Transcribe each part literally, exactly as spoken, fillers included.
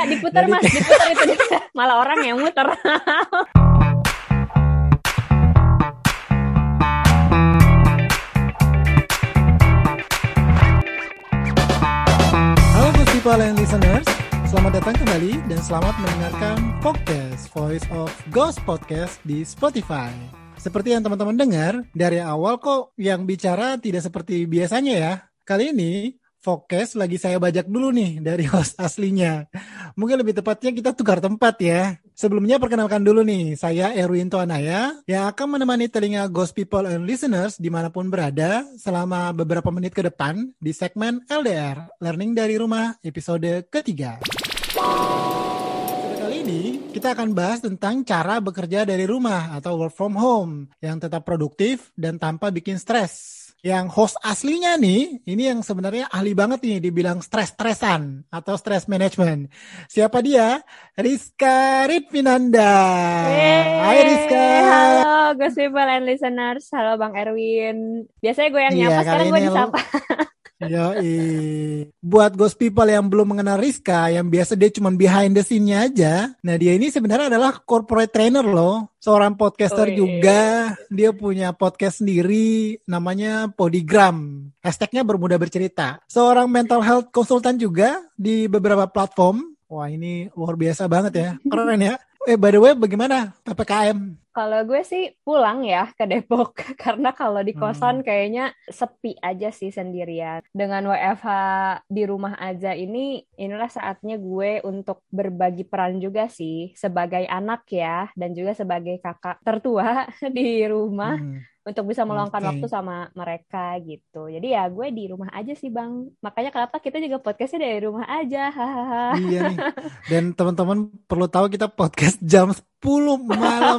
Ya diputar Mas, diputar itu malah orang yang muter. Halo good people and listeners, selamat datang kembali dan selamat mendengarkan podcast Voice of Ghost Podcast di Spotify. Seperti yang teman-teman dengar, dari awal kok yang bicara tidak seperti biasanya ya. Kali ini, Vokes lagi saya bajak dulu nih dari host aslinya. Mungkin lebih tepatnya kita tukar tempat ya. Sebelumnya perkenalkan dulu nih, saya Erwin Toanaya yang akan menemani telinga Ghost People and Listeners dimanapun berada selama beberapa menit ke depan di segmen L D R, Learning dari Rumah episode ketiga. Kali ini kita akan bahas tentang cara bekerja dari rumah atau work from home yang tetap produktif dan tanpa bikin stres. Yang host aslinya nih, ini yang sebenarnya ahli banget nih dibilang stres-stresan atau stress management. Siapa dia? Rizka Ritvinanda. Hai Rizka. Halo Ghost People and Listeners. Halo Bang Erwin. Biasanya gue yang nyapa, Iya, sekarang gue disapa. Yoi. Buat Ghost People yang belum mengenal Rizka, yang biasa dia cuma behind the scene-nya aja. Nah, dia ini sebenarnya adalah corporate trainer loh. Seorang podcaster Wih. juga. Dia punya podcast sendiri, namanya Podigram. Hashtagnya bermudah bercerita. Seorang mental health konsultan juga di beberapa platform. Wah, ini luar biasa banget ya. Keren ya. Eh, by the way, bagaimana P P K M? Kalau gue sih pulang ya ke Depok, karena kalau di kosan kayaknya sepi aja sih sendirian. Dengan W F H di rumah aja ini, inilah saatnya gue untuk berbagi peran juga sih, sebagai anak ya, dan juga sebagai kakak tertua di rumah, hmm. untuk bisa meluangkan okay. waktu sama mereka gitu. Jadi ya gue di rumah aja sih Bang. Makanya kenapa kita juga podcastnya dari rumah aja. Iya nih. Dan teman-teman perlu tahu kita podcast jam sepuluh malam.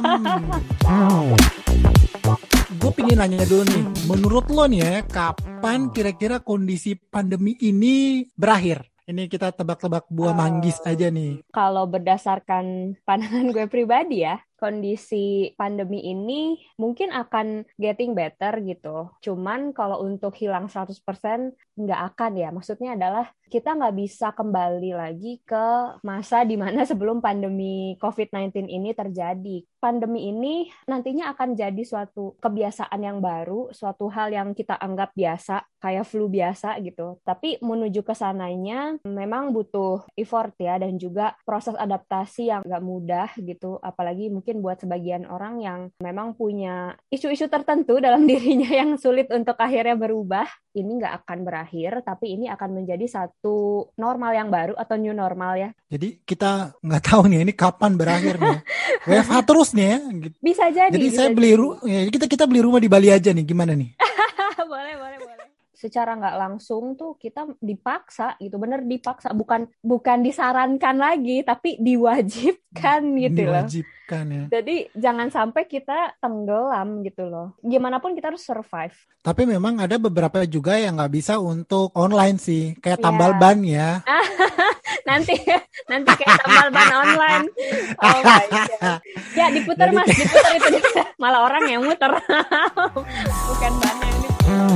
Gue pengen nanya dulu nih, menurut lo nih ya, kapan kira-kira kondisi pandemi ini berakhir? Ini kita tebak-tebak buah manggis aja nih. Kalau berdasarkan pandangan gue pribadi ya, kondisi pandemi ini mungkin akan getting better gitu. Cuman kalau untuk hilang seratus persen nggak akan ya. Maksudnya adalah kita nggak bisa kembali lagi ke masa di mana sebelum pandemi covid sembilan belas ini terjadi. Pandemi ini nantinya akan jadi suatu kebiasaan yang baru, suatu hal yang kita anggap biasa, kayak flu biasa gitu. Tapi menuju ke sananya memang butuh effort ya, dan juga proses adaptasi yang nggak mudah gitu. Apalagi mungkin buat sebagian orang yang memang punya isu-isu tertentu dalam dirinya yang sulit untuk akhirnya berubah. Ini nggak akan berakhir, tapi ini akan menjadi satu normal yang baru atau new normal ya. Jadi kita nggak tahu nih ini kapan berakhirnya. W F H terus nih ya. Bisa jadi. Jadi bisa saya beli ru- ya, kita kita beli rumah di Bali aja nih, gimana nih? boleh, boleh, boleh. Secara nggak langsung tuh kita dipaksa gitu, bener dipaksa, bukan bukan disarankan lagi, tapi diwajibkan gitu loh. Diwajibkan ya. Jadi jangan sampai kita tenggelam gitu loh. Gimana pun kita harus survive. Tapi memang ada beberapa juga yang nggak bisa untuk online sih, kayak tambal yeah. ban ya. nanti nanti kayak tambal ban online. Oh my god. Ya diputar Jadi, Mas, diputar itu malah orang yang muter. Bukan bannya ini.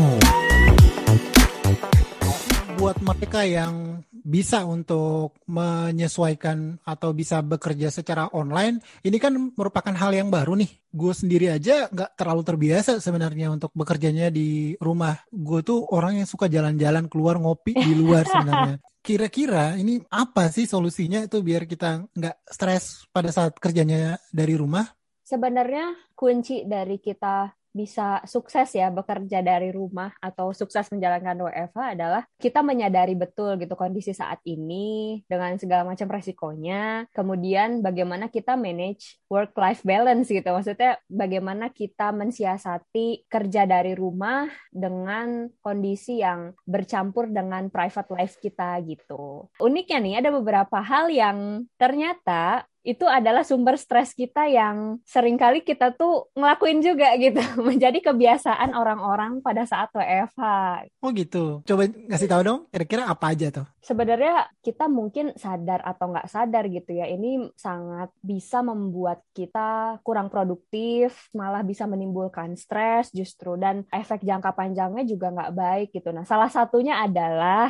Buat mereka yang bisa untuk menyesuaikan atau bisa bekerja secara online, ini kan merupakan hal yang baru nih. Gue sendiri aja nggak terlalu terbiasa sebenarnya untuk bekerjanya di rumah. Gue tuh orang yang suka jalan-jalan keluar ngopi di luar sebenarnya. Kira-kira ini apa sih solusinya itu biar kita nggak stres pada saat kerjanya dari rumah? Sebenarnya kunci dari kita bisa sukses ya bekerja dari rumah atau sukses menjalankan W F H adalah kita menyadari betul gitu kondisi saat ini dengan segala macam resikonya, kemudian bagaimana kita manage work-life balance gitu, maksudnya bagaimana kita mensiasati kerja dari rumah dengan kondisi yang bercampur dengan private life kita gitu. Uniknya nih ada beberapa hal yang ternyata itu adalah sumber stres kita yang seringkali kita tuh ngelakuin juga gitu. Menjadi kebiasaan orang-orang pada saat W F H. Oh gitu. Coba ngasih tahu dong, kira-kira apa aja tuh? Sebenarnya kita mungkin sadar atau nggak sadar gitu ya, ini sangat bisa membuat kita kurang produktif, malah bisa menimbulkan stres justru, dan efek jangka panjangnya juga nggak baik gitu. Nah, salah satunya adalah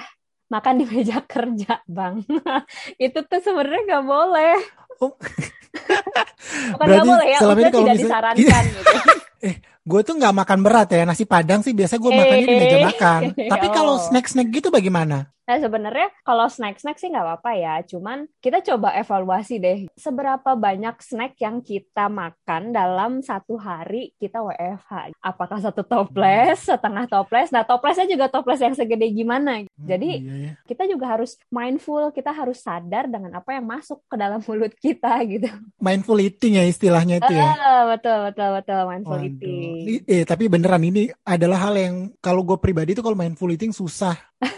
makan di meja kerja, Bang. Itu tuh sebenarnya nggak boleh. Oh, Bukan nggak berarti boleh ya, selama ini maksudnya kalau tidak misalnya disarankan gitu. eh gue tuh nggak makan berat ya, nasi Padang sih biasa gue makannya di meja Eh, makan. Tapi kalau oh. snack-snack gitu bagaimana? Nah, sebenarnya kalau snack-snack sih nggak apa-apa ya. Cuman kita coba evaluasi deh. Seberapa banyak snack yang kita makan dalam satu hari kita W F H. Apakah satu Hmm, toples, setengah toples? Nah, toplesnya juga toples yang segede gimana. hmm, Jadi, iya ya. kita juga harus mindful. Kita harus sadar dengan apa yang masuk ke dalam mulut kita gitu. Mindful eating ya istilahnya itu ya. Eh, betul, betul, betul. Mindful Waduh, Ini- eating. eh tapi beneran ini adalah hal yang kalau gue pribadi tuh kalau mindful eating susah.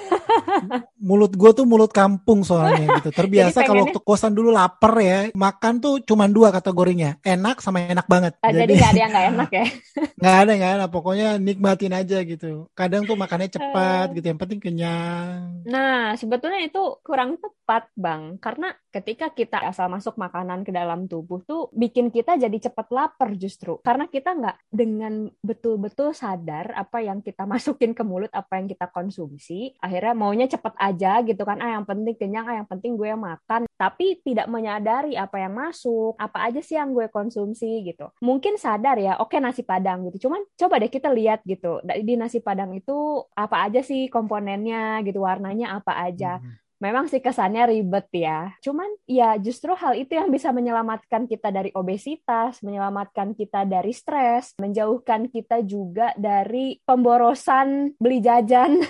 Mulut gue tuh mulut kampung soalnya gitu. Jadi Terbiasa kalau pengennya, waktu kosan dulu lapar ya, makan tuh cuma dua kategorinya, enak sama enak banget. eh, jadi Jadi nggak ada yang nggak enak ya. nggak ada nggak ada, pokoknya nikmatin aja gitu. Kadang tuh makannya cepat gitu, yang penting kenyang. Nah, sebetulnya itu kurang tepat, Bang. Karena ketika kita asal masuk makanan ke dalam tubuh tuh bikin kita jadi cepat lapar justru. Karena kita nggak dengan betul-betul sadar apa yang kita masukin ke mulut, apa yang kita konsumsi. Akhirnya maunya cepat aja gitu kan. Ah, yang penting kenyang, ah, yang penting gue makan. Tapi tidak menyadari apa yang masuk, apa aja sih yang gue konsumsi gitu. Mungkin sadar ya, oke nasi Padang gitu. Cuman coba deh kita lihat gitu. Di nasi Padang itu apa aja sih komponennya gitu, warnanya apa aja. Hmm. Memang sih kesannya ribet ya. Cuman ya justru hal itu yang bisa menyelamatkan kita dari obesitas, menyelamatkan kita dari stres, menjauhkan kita juga dari pemborosan beli jajan.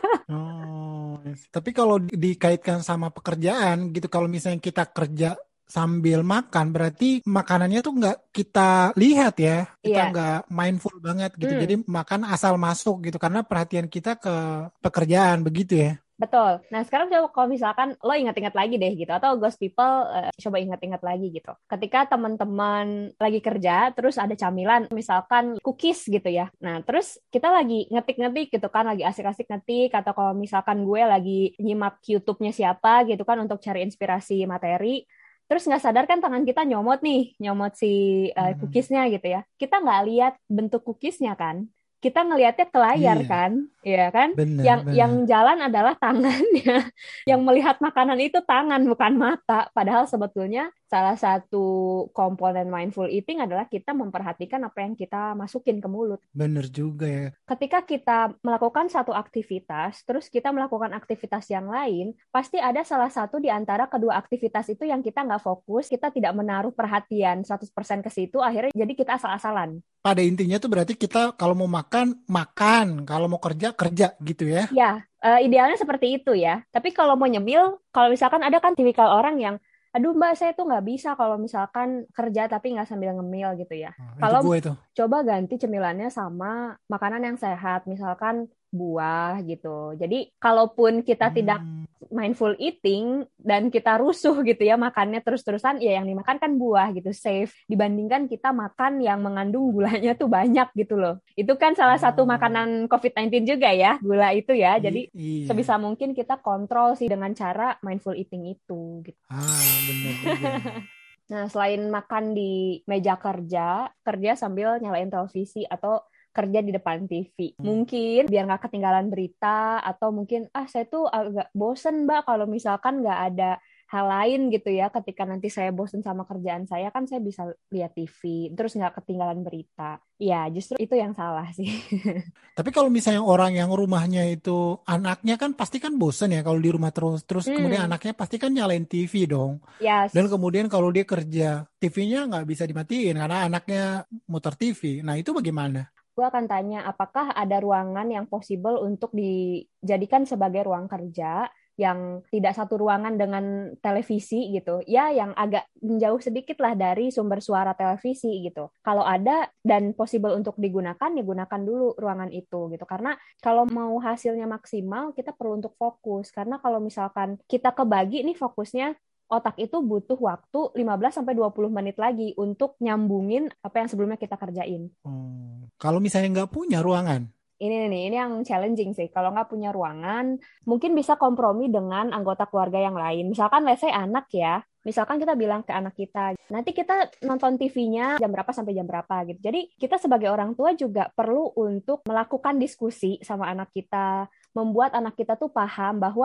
Oh, yes. Tapi kalau di- dikaitkan sama pekerjaan gitu, kalau misalnya kita kerja sambil makan, berarti makanannya tuh nggak kita lihat ya, kita Iya. nggak mindful banget gitu. Jadi Hmm. makan asal masuk gitu, karena perhatian kita ke pekerjaan begitu ya. Betul. Nah, sekarang coba kalau misalkan lo ingat-ingat lagi deh gitu, atau Ghost People eh, coba ingat-ingat lagi gitu. Ketika teman-teman lagi kerja, terus ada camilan, misalkan cookies gitu ya. Nah, terus kita lagi ngetik-ngetik gitu kan, lagi asik-asik ngetik, atau kalau misalkan gue lagi nyimak YouTube-nya siapa gitu kan untuk cari inspirasi materi. Terus nggak sadar kan tangan kita nyomot nih, nyomot si eh, Hmm. cookiesnya gitu ya. Kita nggak lihat bentuk cookiesnya kan. Kita ngelihatnya ke layar Iya, kan, ya kan? benar, Yang yang benar. jalan adalah tangannya. Yang melihat makanan itu tangan bukan mata. Padahal sebetulnya salah satu komponen mindful eating adalah kita memperhatikan apa yang kita masukin ke mulut. Benar juga ya. Ketika kita melakukan satu aktivitas, terus kita melakukan aktivitas yang lain, pasti ada salah satu di antara kedua aktivitas itu yang kita nggak fokus, kita tidak menaruh perhatian seratus persen ke situ, akhirnya jadi kita asal-asalan. Pada intinya tuh berarti kita kalau mau makan, makan. Kalau mau kerja, kerja gitu ya. Ya, eh, idealnya seperti itu ya. Tapi kalau mau nyemil, kalau misalkan ada kan tipikal orang yang, aduh Mbak, saya tuh nggak bisa kalau misalkan kerja tapi nggak sambil ngemil gitu ya. Nah, itu Kalau gue tuh. coba ganti cemilannya sama makanan yang sehat, misalkan buah gitu. Jadi kalaupun kita tidak Hmm. mindful eating dan kita rusuh gitu ya makannya terus-terusan, ya yang dimakan kan buah gitu, safe. Dibandingkan kita makan yang mengandung gulanya tuh banyak gitu loh. Itu kan salah satu Oh, makanan covid sembilan belas juga ya, gula itu ya. i- Jadi iya. sebisa mungkin kita kontrol sih dengan cara mindful eating itu gitu. Ah, benar juga. Nah, selain makan di meja kerja, kerja sambil nyalain televisi atau kerja di depan T V. Mungkin biar nggak ketinggalan berita atau mungkin, ah saya tuh agak bosen Mbak kalau misalkan nggak ada hal lain gitu ya. Ketika nanti saya bosen sama kerjaan saya kan saya bisa lihat T V, terus nggak ketinggalan berita. Ya, justru itu yang salah sih. Tapi kalau misalnya orang yang rumahnya itu anaknya kan pasti kan bosen ya kalau di rumah terus terus kemudian Hmm, anaknya pasti kan nyalain T V dong. ya, Dan kemudian kalau dia kerja T V-nya nggak bisa dimatiin karena anaknya muter T V. Nah itu bagaimana? gue akan tanya apakah ada ruangan yang possible untuk dijadikan sebagai ruang kerja yang tidak satu ruangan dengan televisi gitu, ya yang agak menjauh sedikit lah dari sumber suara televisi gitu. Kalau ada dan possible untuk digunakan, ya gunakan dulu ruangan itu gitu. Karena kalau mau hasilnya maksimal, kita perlu untuk fokus. Karena kalau misalkan kita kebagi nih fokusnya, otak itu butuh waktu lima belas sampai dua puluh menit lagi untuk nyambungin apa yang sebelumnya kita kerjain. Oh, kalau misalnya nggak punya ruangan, Ini nih, ini yang challenging sih. Kalau nggak punya ruangan, mungkin bisa kompromi dengan anggota keluarga yang lain. Misalkan, let's say anak ya. Misalkan kita bilang ke anak kita, nanti kita nonton T V-nya jam berapa sampai jam berapa gitu. Jadi kita sebagai orang tua juga perlu untuk melakukan diskusi sama anak kita, membuat anak kita tuh paham bahwa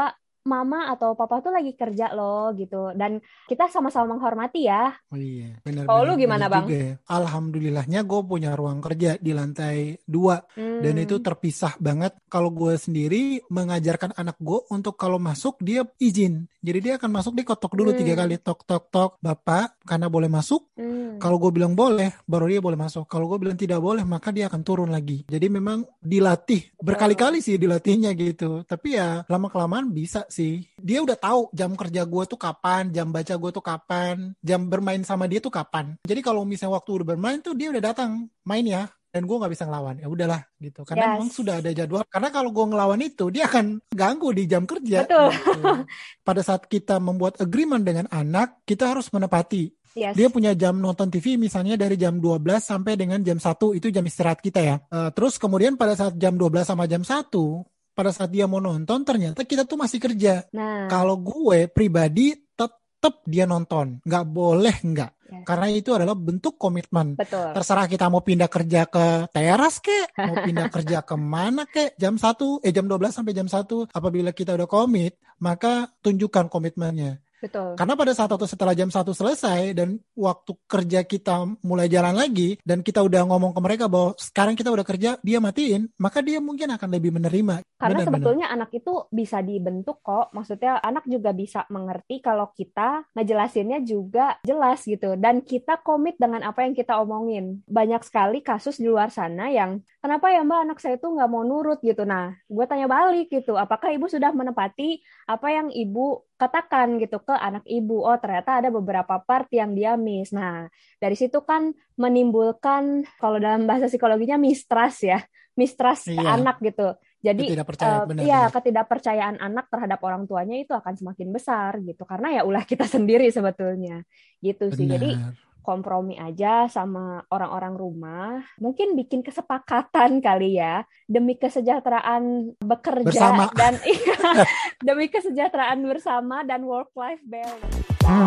mama atau papa tuh lagi kerja loh gitu. Dan kita sama-sama menghormati ya. Oh iya, Kalau lu benar-benar benar gimana Bang? juga ya. Alhamdulillahnya gue punya ruang kerja di lantai dua dan itu Hmm, terpisah banget. Kalau gue sendiri mengajarkan anak gue untuk kalau masuk dia izin. Jadi dia akan masuk dia ketok dulu tiga kali hmm, tok tok tok. Bapak, karena boleh masuk. hmm. Kalau gue bilang boleh, baru dia boleh masuk. Kalau gue bilang tidak boleh, maka dia akan turun lagi. Jadi memang dilatih Betul. berkali-kali sih dilatihnya gitu. Tapi ya lama-kelamaan bisa sih. Dia udah tahu jam kerja gue tuh kapan, jam baca gue tuh kapan, jam bermain sama dia tuh kapan. Jadi kalau misalnya waktu udah bermain tuh dia udah datang main ya. Dan gue nggak bisa ngelawan. Ya udahlah gitu. Karena memang Yes. sudah ada jadwal. Karena kalau gue ngelawan itu dia akan ganggu di jam kerja Betul. gitu. Pada saat kita membuat agreement dengan anak, kita harus menepati. Dia Yes. punya jam nonton T V misalnya dari jam dua belas sampai dengan jam satu itu jam istirahat kita ya. Eh, terus kemudian pada saat jam dua belas sama jam satu pada saat dia mau nonton ternyata kita tuh masih kerja. Nah, Kalau gue pribadi tetap dia nonton, nggak boleh nggak. yes. Karena itu adalah bentuk komitmen. Betul. Terserah kita mau pindah kerja ke teras kek, mau pindah kerja kemana kek, jam satu, eh jam dua belas sampai jam satu. Apabila kita udah komit, maka tunjukkan komitmennya. Betul. Karena pada saat atau setelah jam satu selesai dan waktu kerja kita mulai jalan lagi dan kita udah ngomong ke mereka bahwa sekarang kita udah kerja, dia matiin, maka dia mungkin akan lebih menerima. Karena Benar-benar. sebetulnya anak itu bisa dibentuk kok. Maksudnya anak juga bisa mengerti kalau kita ngejelasinnya juga jelas gitu. Dan kita komit dengan apa yang kita omongin. Banyak sekali kasus di luar sana yang, kenapa ya Mbak anak saya itu nggak mau nurut gitu. Nah, gue tanya balik gitu. Apakah ibu sudah menepati apa yang ibu katakan gitu ke anak ibu? Oh, ternyata ada beberapa part yang dia miss. Nah, dari situ kan menimbulkan, kalau dalam bahasa psikologinya mistrust ya. Mistrust ke Iya, anak gitu. Jadi ketidakpercayaan uh, ya benar-benar. ketidakpercayaan anak terhadap orang tuanya itu akan semakin besar gitu karena ya ulah kita sendiri sebetulnya gitu sih. Jadi Benar. kompromi aja sama orang-orang rumah, mungkin bikin kesepakatan kali ya demi kesejahteraan bekerja Bersama. dan iya, demi kesejahteraan bersama dan work life balance.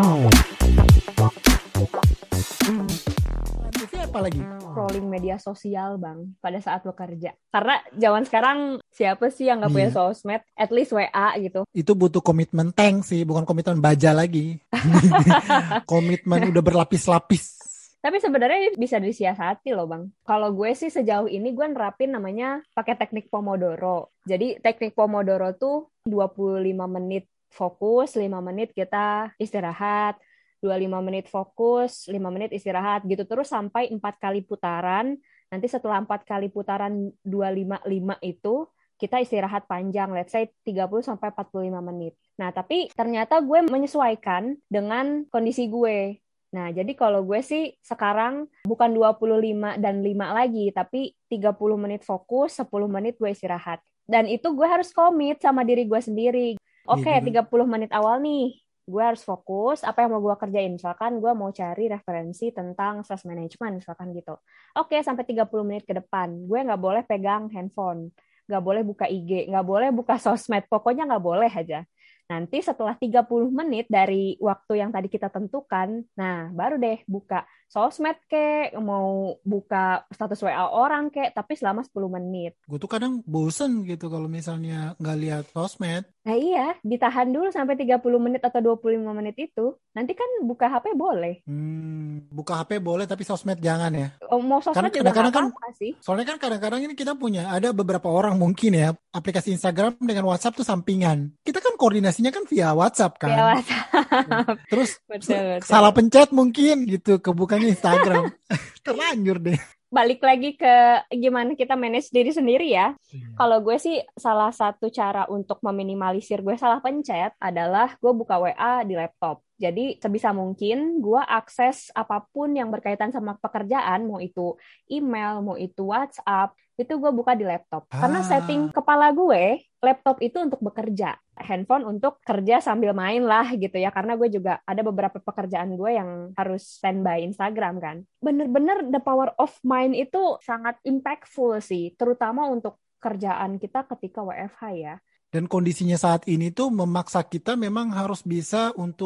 T V apa lagi? Scrolling media sosial bang pada saat bekerja karena zaman sekarang siapa sih yang nggak punya Iya. sosmed at least W A gitu. Itu butuh komitmen tank sih, bukan komitmen baja lagi. Komitmen udah berlapis-lapis. Tapi sebenarnya bisa disiasati loh bang. Kalau gue sih sejauh ini gue nerapin namanya pakai teknik Pomodoro. Jadi teknik Pomodoro tuh dua puluh lima menit fokus, lima menit kita istirahat, dua puluh lima menit fokus, lima menit istirahat gitu terus sampai empat kali putaran. Nanti setelah empat kali putaran dua lima lima itu kita istirahat panjang, let's say tiga puluh sampai empat puluh lima menit. Nah, tapi ternyata gue menyesuaikan dengan kondisi gue. Nah, jadi kalau gue sih sekarang bukan dua puluh lima dan lima lagi, tapi tiga puluh menit fokus, sepuluh menit gue istirahat. Dan itu gue harus komit sama diri gue sendiri. Iya Oke, juga. tiga puluh menit awal nih, gue harus fokus, apa yang mau gue kerjain. Misalkan gue mau cari referensi tentang stress management, misalkan gitu. Oke, sampai tiga puluh menit ke depan, gue nggak boleh pegang handphone, nggak boleh buka I G, nggak boleh buka sosmed, pokoknya nggak boleh aja. Nanti setelah tiga puluh menit dari waktu yang tadi kita tentukan, nah baru deh buka sosmed kek, mau buka status W A orang kek, tapi selama sepuluh menit. Gue tuh kadang bosen gitu kalau misalnya nggak lihat sosmed. Nah iya, ditahan dulu sampai tiga puluh menit atau dua puluh lima menit itu. Nanti kan buka H P boleh. Hmm, buka H P boleh tapi sosmed jangan ya. Oh, mau Karena sosmed juga nggak kadang-kadang kan, apa-apa sih. soalnya kan kadang-kadang ini kita punya, ada beberapa orang mungkin ya, aplikasi Instagram dengan WhatsApp tuh sampingan. Kita kan koordinasinya kan via WhatsApp Ya, kan. WhatsApp. Terus Betul, betul. salah pencet mungkin gitu, kebukanya Instagram. Terlanjur deh. Balik lagi ke gimana kita manage diri sendiri ya. Iya. Kalau gue sih salah satu cara untuk meminimalisir gue salah pencet adalah gue buka W A di laptop. Jadi sebisa mungkin gue akses apapun yang berkaitan sama pekerjaan, mau itu email, mau itu WhatsApp, itu gue buka di laptop. Karena setting Ah, kepala gue, laptop itu untuk bekerja. Handphone untuk kerja sambil main lah gitu ya. Karena gue juga ada beberapa pekerjaan gue yang harus standby Instagram kan. Bener-bener the power of mind itu sangat impactful sih. Terutama untuk kerjaan kita ketika W F H ya. dan kondisinya saat ini tuh memaksa kita memang harus bisa untuk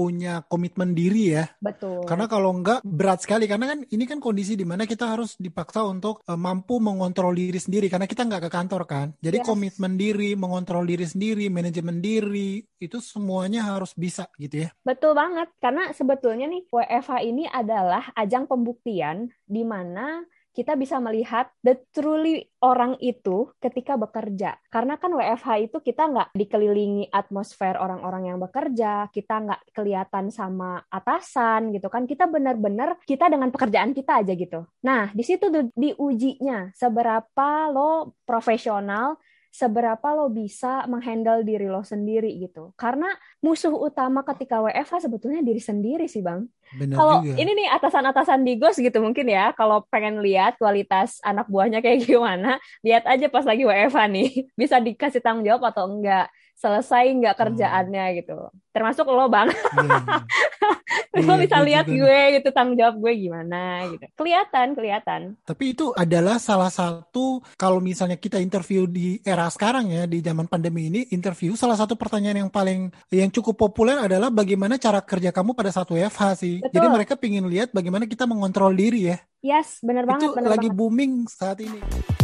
punya komitmen diri ya. Betul. Karena kalau enggak berat sekali, karena kan ini kan kondisi di mana kita harus dipaksa untuk uh, mampu mengontrol diri sendiri karena kita nggak ke kantor kan. Jadi Yes. komitmen diri, mengontrol diri sendiri, manajemen diri itu semuanya harus bisa gitu ya. Betul banget, karena sebetulnya nih W F H ini adalah ajang pembuktian di mana kita bisa melihat the truly orang itu ketika bekerja. Karena kan W F H itu kita nggak dikelilingi atmosfer orang-orang yang bekerja, kita nggak kelihatan sama atasan gitu kan. Kita benar-benar kita dengan pekerjaan kita aja gitu. Nah, di situ tuh diujinya seberapa lo profesional, seberapa lo bisa menghandle diri lo sendiri gitu. Karena musuh utama ketika W F H sebetulnya diri sendiri sih, Bang. Kalau ini nih atasan-atasan di Ghost gitu mungkin ya, kalau pengen lihat kualitas anak buahnya kayak gimana, lihat aja pas lagi W F H nih, bisa dikasih tanggung jawab atau enggak, selesai enggak kerjaannya hmm. gitu. Termasuk lo, Bang. Yeah. Lo iya, bisa lihat juga. Gue gitu, tanggung jawab gue gimana gitu. Kelihatan, kelihatan. Tapi itu adalah salah satu, kalau misalnya kita interview di era sekarang ya, di zaman pandemi ini, interview salah satu pertanyaan yang paling, yang cukup populer adalah bagaimana cara kerja kamu pada saat W F H sih. Betul. Jadi mereka pingin lihat bagaimana kita mengontrol diri ya. Yes, benar banget. Itu bener lagi banget. booming saat ini.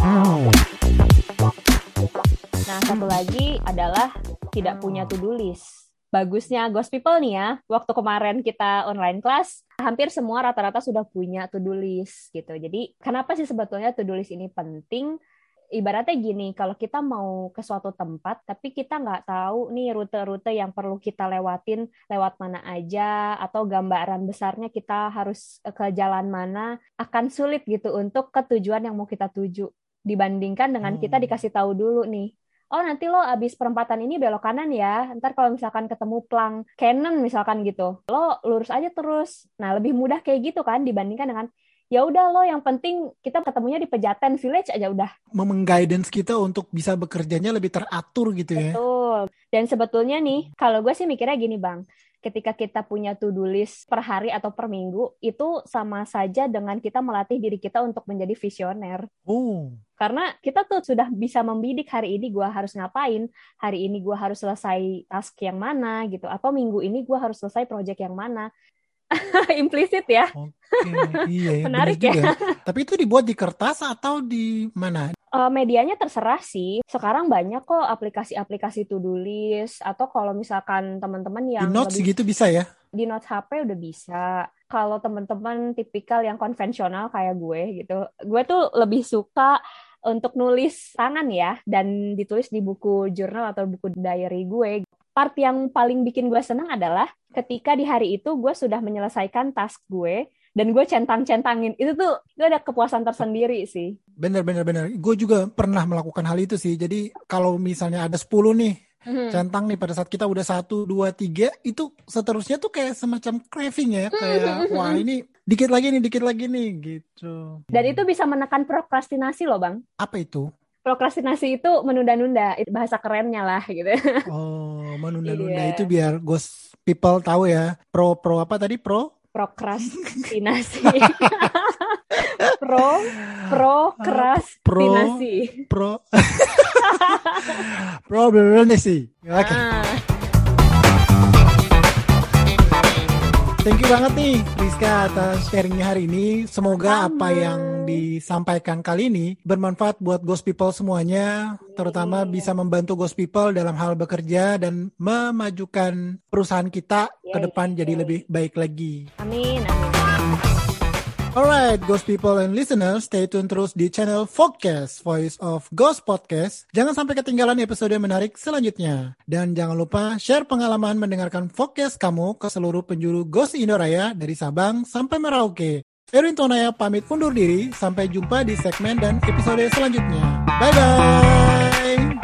Nah, satu lagi adalah tidak punya to-do list. Bagusnya Ghost People nih ya, waktu kemarin kita online class, hampir semua rata-rata sudah punya to-do list gitu. Jadi kenapa sih sebetulnya to-do list ini penting? Ibaratnya gini, kalau kita mau ke suatu tempat, tapi kita nggak tahu nih rute-rute yang perlu kita lewatin, lewat mana aja, atau gambaran besarnya kita harus ke jalan mana, akan sulit gitu untuk ke tujuan yang mau kita tuju. Dibandingkan dengan hmm. kita dikasih tahu dulu nih, oh nanti lo abis perempatan ini belok kanan ya, ntar kalau misalkan ketemu plang Canon misalkan gitu, lo lurus aja terus. Nah lebih mudah kayak gitu kan dibandingkan dengan ya udah lo yang penting kita ketemunya di Pejaten Village aja udah. Meng-guidance kita untuk bisa bekerjanya lebih teratur gitu ya. Betul. Dan sebetulnya nih, kalau gue sih mikirnya gini Bang, ketika kita punya to-do list per hari atau per minggu, itu sama saja dengan kita melatih diri kita untuk menjadi visioner. Oh. Karena kita tuh sudah bisa membidik hari ini gue harus ngapain, hari ini gue harus selesai task yang mana gitu, atau minggu ini gue harus selesai project yang mana. Implisit ya. Oke, iya, menarik ya. Tapi itu dibuat di kertas atau di mana? Uh, medianya terserah sih. Sekarang banyak kok aplikasi-aplikasi to-do list, atau kalau misalkan teman-teman yang di notes lebih, gitu bisa ya? Di notes H P udah bisa. Kalau teman-teman tipikal yang konvensional kayak gue gitu, gue tuh lebih suka untuk nulis tangan ya, dan ditulis di buku jurnal atau buku diary gue. Part yang paling bikin gue senang adalah ketika di hari itu gue sudah menyelesaikan task gue dan gue centang-centangin. Itu tuh gue ada kepuasan tersendiri sih. Bener, bener, bener. Gue juga pernah melakukan hal itu sih. Jadi kalau misalnya ada sepuluh nih, mm-hmm. centang nih pada saat kita udah satu, dua, tiga, itu seterusnya tuh kayak semacam craving ya. Kayak mm-hmm. wah ini dikit lagi nih, dikit lagi nih gitu. Dan itu bisa menekan prokrastinasi loh Bang. Apa itu? Prokrastinasi itu menunda-nunda, itu bahasa kerennya lah gitu. Oh, menunda-nunda yeah. Itu biar Ghost People tahu ya. Pro pro apa tadi pro? Prokrastinasi. pro prokrastinasi. Pro pro prokrastinasi. Oke. Thank you banget nih Rizka atas sharingnya hari ini. Semoga Sama. apa yang disampaikan kali ini bermanfaat buat Ghost People semuanya. Terutama bisa membantu Ghost People dalam hal bekerja dan memajukan perusahaan kita yes, ke depan yes. jadi lebih baik lagi. Amin, amin. Alright, Ghost People and listeners, stay tune terus di channel Focus, Voice of Ghost Podcast. Jangan sampai ketinggalan episode menarik selanjutnya. Dan jangan lupa share pengalaman mendengarkan Focus kamu ke seluruh penjuru Ghost Indoraya dari Sabang sampai Merauke. Erwin Tonaya pamit undur diri, sampai jumpa di segmen dan episode selanjutnya. Bye-bye!